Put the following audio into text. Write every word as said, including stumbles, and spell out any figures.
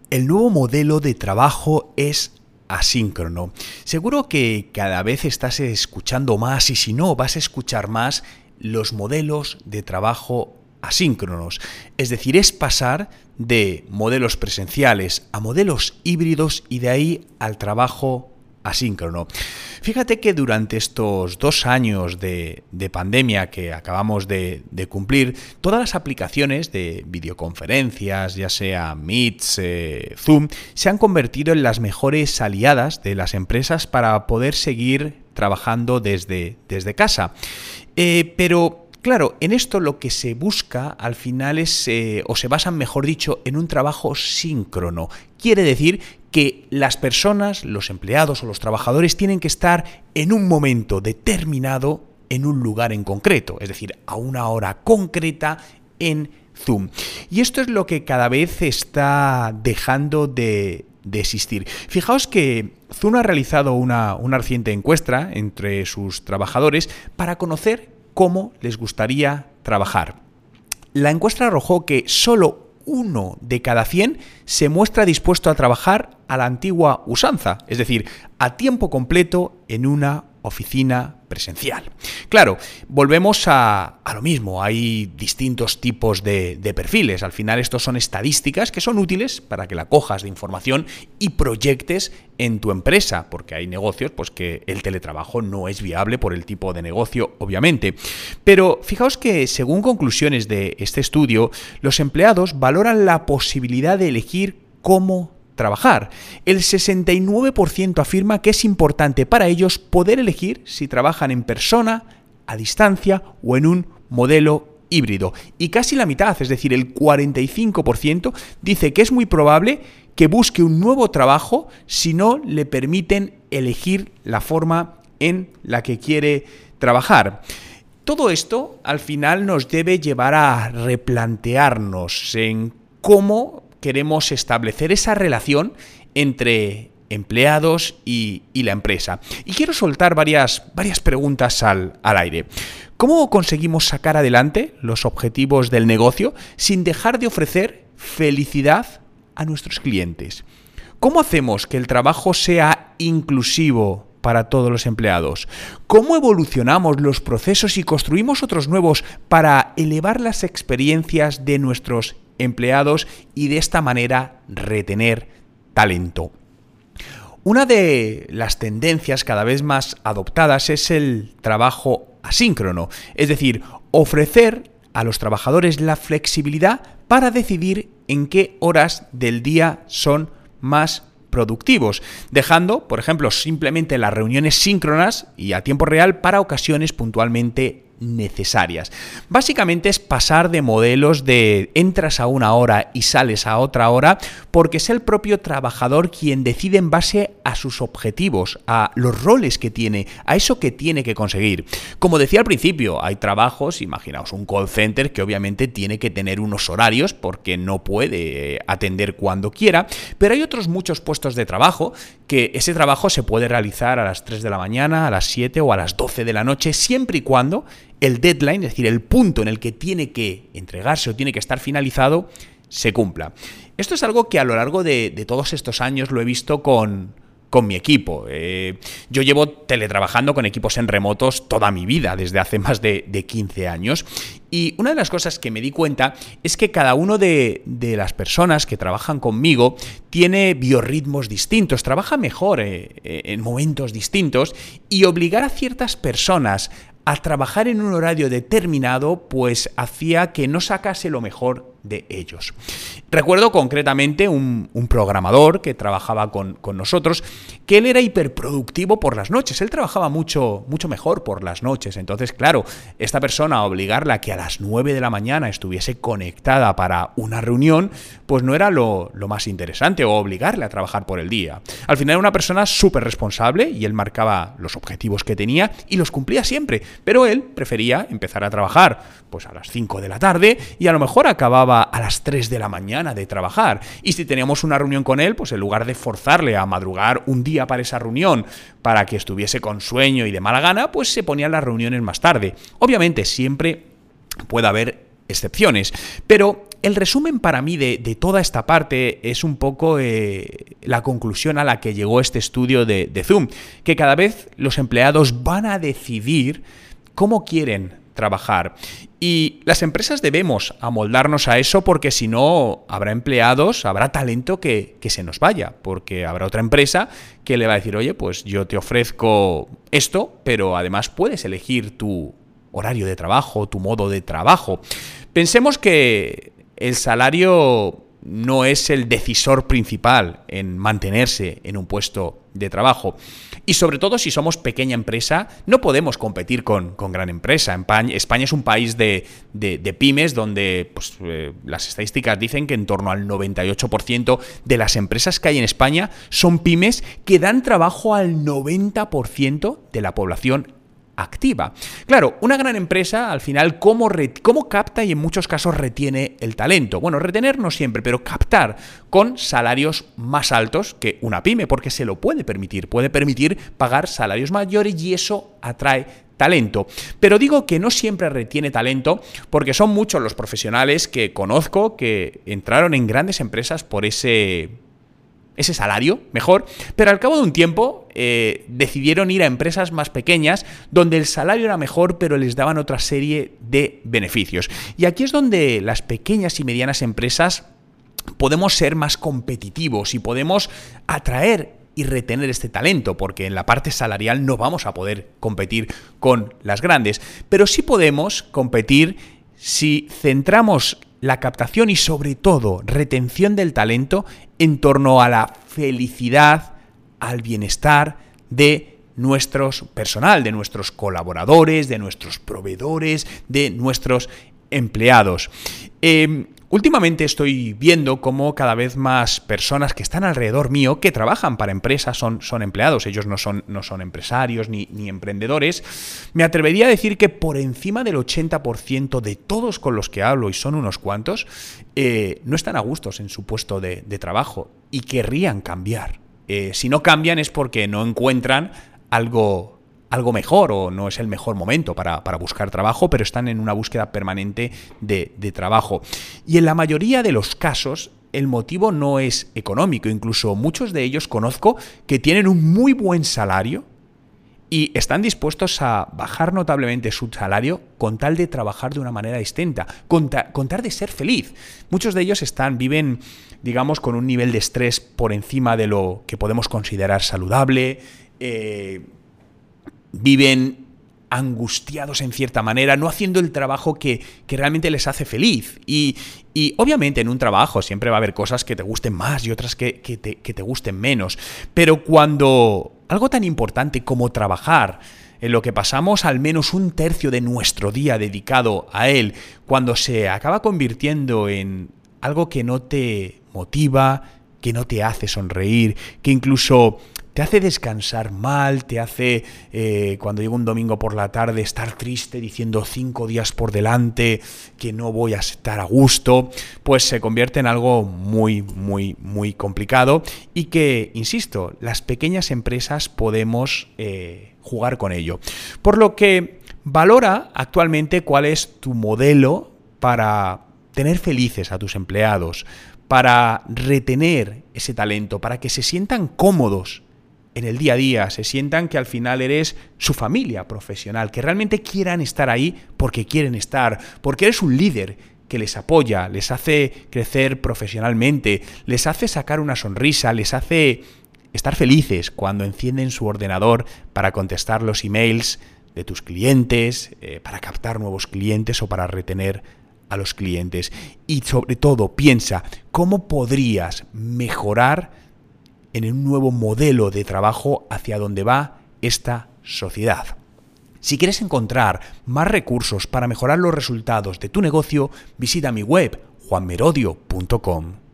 El nuevo modelo de trabajo es asíncrono. Seguro que cada vez estás escuchando más y si no, vas a escuchar más los modelos de trabajo asíncronos. Es decir, es pasar de modelos presenciales a modelos híbridos y de ahí al trabajo asíncrono. Fíjate que durante estos dos años de, de pandemia que acabamos de, de cumplir, todas las aplicaciones de videoconferencias, ya sea Meet, eh, Zoom, se han convertido en las mejores aliadas de las empresas para poder seguir trabajando desde, desde casa. Eh, pero Claro, en esto lo que se busca al final es, eh, o se basa, mejor dicho, en un trabajo síncrono. Quiere decir que las personas, los empleados o los trabajadores tienen que estar en un momento determinado en un lugar en concreto, es decir, a una hora concreta en Zoom. Y esto es lo que cada vez está dejando de, de existir. Fijaos que Zoom ha realizado una, una reciente encuesta entre sus trabajadores para conocer cómo les gustaría trabajar. La encuesta arrojó que solo uno de cada cien se muestra dispuesto a trabajar a la antigua usanza, es decir, a tiempo completo en una oficina presencial. Claro, volvemos a, a lo mismo, hay distintos tipos de, de perfiles. Al final estos son estadísticas que son útiles para que la cojas de información y proyectes en tu empresa, porque hay negocios pues que el teletrabajo no es viable por el tipo de negocio, obviamente. Pero fijaos que según conclusiones de este estudio, los empleados valoran la posibilidad de elegir cómo trabajar. El sesenta y nueve por ciento afirma que es importante para ellos poder elegir si trabajan en persona, a distancia o en un modelo híbrido. Y casi la mitad, es decir, el cuarenta y cinco por ciento, dice que es muy probable que busque un nuevo trabajo si no le permiten elegir la forma en la que quiere trabajar. Todo esto al final nos debe llevar a replantearnos en cómo queremos establecer esa relación entre empleados y, y la empresa. Y quiero soltar varias, varias preguntas al, al aire. ¿Cómo conseguimos sacar adelante los objetivos del negocio sin dejar de ofrecer felicidad a nuestros clientes? ¿Cómo hacemos que el trabajo sea inclusivo para todos los empleados? ¿Cómo evolucionamos los procesos y construimos otros nuevos para elevar las experiencias de nuestros empleados y de esta manera retener talento? Una de las tendencias cada vez más adoptadas es el trabajo asíncrono, es decir, ofrecer a los trabajadores la flexibilidad para decidir en qué horas del día son más productivos, dejando, por ejemplo, simplemente las reuniones síncronas y a tiempo real para ocasiones puntualmente necesarias. Básicamente es pasar de modelos de entras a una hora y sales a otra hora, porque es el propio trabajador quien decide en base a sus objetivos, a los roles que tiene, a eso que tiene que conseguir. Como decía al principio, hay trabajos, imaginaos un call center que obviamente tiene que tener unos horarios porque no puede atender cuando quiera, pero hay otros muchos puestos de trabajo que ese trabajo se puede realizar a las tres de la mañana, a las siete o a las doce de la noche, siempre y cuando el deadline, es decir, el punto en el que tiene que entregarse o tiene que estar finalizado, se cumpla. Esto es algo que a lo largo de, de todos estos años lo he visto con, con mi equipo. Eh, yo llevo teletrabajando con equipos en remotos toda mi vida, desde hace más de, de quince años. Y una de las cosas que me di cuenta es que cada uno de, de las personas que trabajan conmigo tiene biorritmos distintos, trabaja mejor eh, eh, en momentos distintos, y obligar a ciertas personas a trabajar en un horario determinado, pues hacía que no sacase lo mejor de ellos. Recuerdo concretamente un, un programador que trabajaba con, con nosotros, que él era hiperproductivo por las noches, él trabajaba mucho, mucho mejor por las noches. Entonces, claro, esta persona, a obligarla a que a las nueve de la mañana estuviese conectada para una reunión, pues no era lo, lo más interesante, o obligarle a trabajar por el día. Al final era una persona súper responsable y él marcaba los objetivos que tenía y los cumplía siempre, pero él prefería empezar a trabajar pues a las cinco de la tarde y a lo mejor acababa a las tres de la mañana de trabajar. Y si teníamos una reunión con él, pues en lugar de forzarle a madrugar un día para esa reunión para que estuviese con sueño y de mala gana, pues se ponían las reuniones más tarde. Obviamente siempre puede haber excepciones, pero el resumen para mí de, de toda esta parte es un poco eh, la conclusión a la que llegó este estudio de, de Zoom, que cada vez los empleados van a decidir cómo quieren trabajar. Y las empresas debemos amoldarnos a eso, porque si no habrá empleados, habrá talento que, que se nos vaya, porque habrá otra empresa que le va a decir, oye, pues yo te ofrezco esto, pero además puedes elegir tu horario de trabajo, tu modo de trabajo. Pensemos que el salario no es el decisor principal en mantenerse en un puesto de trabajo. Y sobre todo si somos pequeña empresa, no podemos competir con, con gran empresa. España, España es un país de, de, de pymes donde pues, eh, las estadísticas dicen que en torno al noventa y ocho por ciento de las empresas que hay en España son pymes que dan trabajo al noventa por ciento de la población activa. Claro, una gran empresa, al final, ¿cómo, re- cómo capta y en muchos casos retiene el talento? Bueno, retener no siempre, pero captar con salarios más altos que una pyme, porque se lo puede permitir, puede permitir pagar salarios mayores y eso atrae talento. Pero digo que no siempre retiene talento porque son muchos los profesionales que conozco que entraron en grandes empresas por ese... ese salario mejor, pero al cabo de un tiempo eh, decidieron ir a empresas más pequeñas donde el salario era mejor, pero les daban otra serie de beneficios. Y aquí es donde las pequeñas y medianas empresas podemos ser más competitivos y podemos atraer y retener este talento, porque en la parte salarial no vamos a poder competir con las grandes, pero sí podemos competir si centramos la captación y sobre todo retención del talento en torno a la felicidad, al bienestar de nuestro personal, de nuestros colaboradores, de nuestros proveedores, de nuestros empleados. Eh, Últimamente estoy viendo cómo cada vez más personas que están alrededor mío, que trabajan para empresas, son, son empleados, ellos no son, no son empresarios ni, ni emprendedores. Me atrevería a decir que por encima del ochenta por ciento de todos con los que hablo, y son unos cuantos, eh, no están a gustos en su puesto de, de trabajo y querrían cambiar. Eh, si no cambian es porque no encuentran algo... algo mejor o no es el mejor momento para, para buscar trabajo, pero están en una búsqueda permanente de, de trabajo. Y en la mayoría de los casos el motivo no es económico, incluso muchos de ellos conozco que tienen un muy buen salario y están dispuestos a bajar notablemente su salario con tal de trabajar de una manera distinta, con, ta, con tal de ser feliz. Muchos de ellos están, viven, digamos, con un nivel de estrés por encima de lo que podemos considerar saludable, eh, viven angustiados en cierta manera, no haciendo el trabajo que, que realmente les hace feliz. Y, y obviamente en un trabajo siempre va a haber cosas que te gusten más y otras que, que, te, que te gusten menos. Pero cuando algo tan importante como trabajar, en lo que pasamos al menos un tercio de nuestro día dedicado a él, cuando se acaba convirtiendo en algo que no te motiva, que no te hace sonreír, que incluso te hace descansar mal, te hace, eh, cuando llega un domingo por la tarde, estar triste diciendo cinco días por delante que no voy a estar a gusto, pues se convierte en algo muy, muy, muy complicado y que, insisto, las pequeñas empresas podemos eh, jugar con ello. Por lo que valora actualmente cuál es tu modelo para tener felices a tus empleados, para retener ese talento, para que se sientan cómodos en el día a día, se sientan que al final eres su familia profesional, que realmente quieran estar ahí porque quieren estar, porque eres un líder que les apoya, les hace crecer profesionalmente, les hace sacar una sonrisa, les hace estar felices cuando encienden su ordenador para contestar los emails de tus clientes, eh, para captar nuevos clientes o para retener a los clientes. Y sobre todo, piensa cómo podrías mejorar en un nuevo modelo de trabajo hacia donde va esta sociedad. Si quieres encontrar más recursos para mejorar los resultados de tu negocio, visita mi web juan merodio punto com.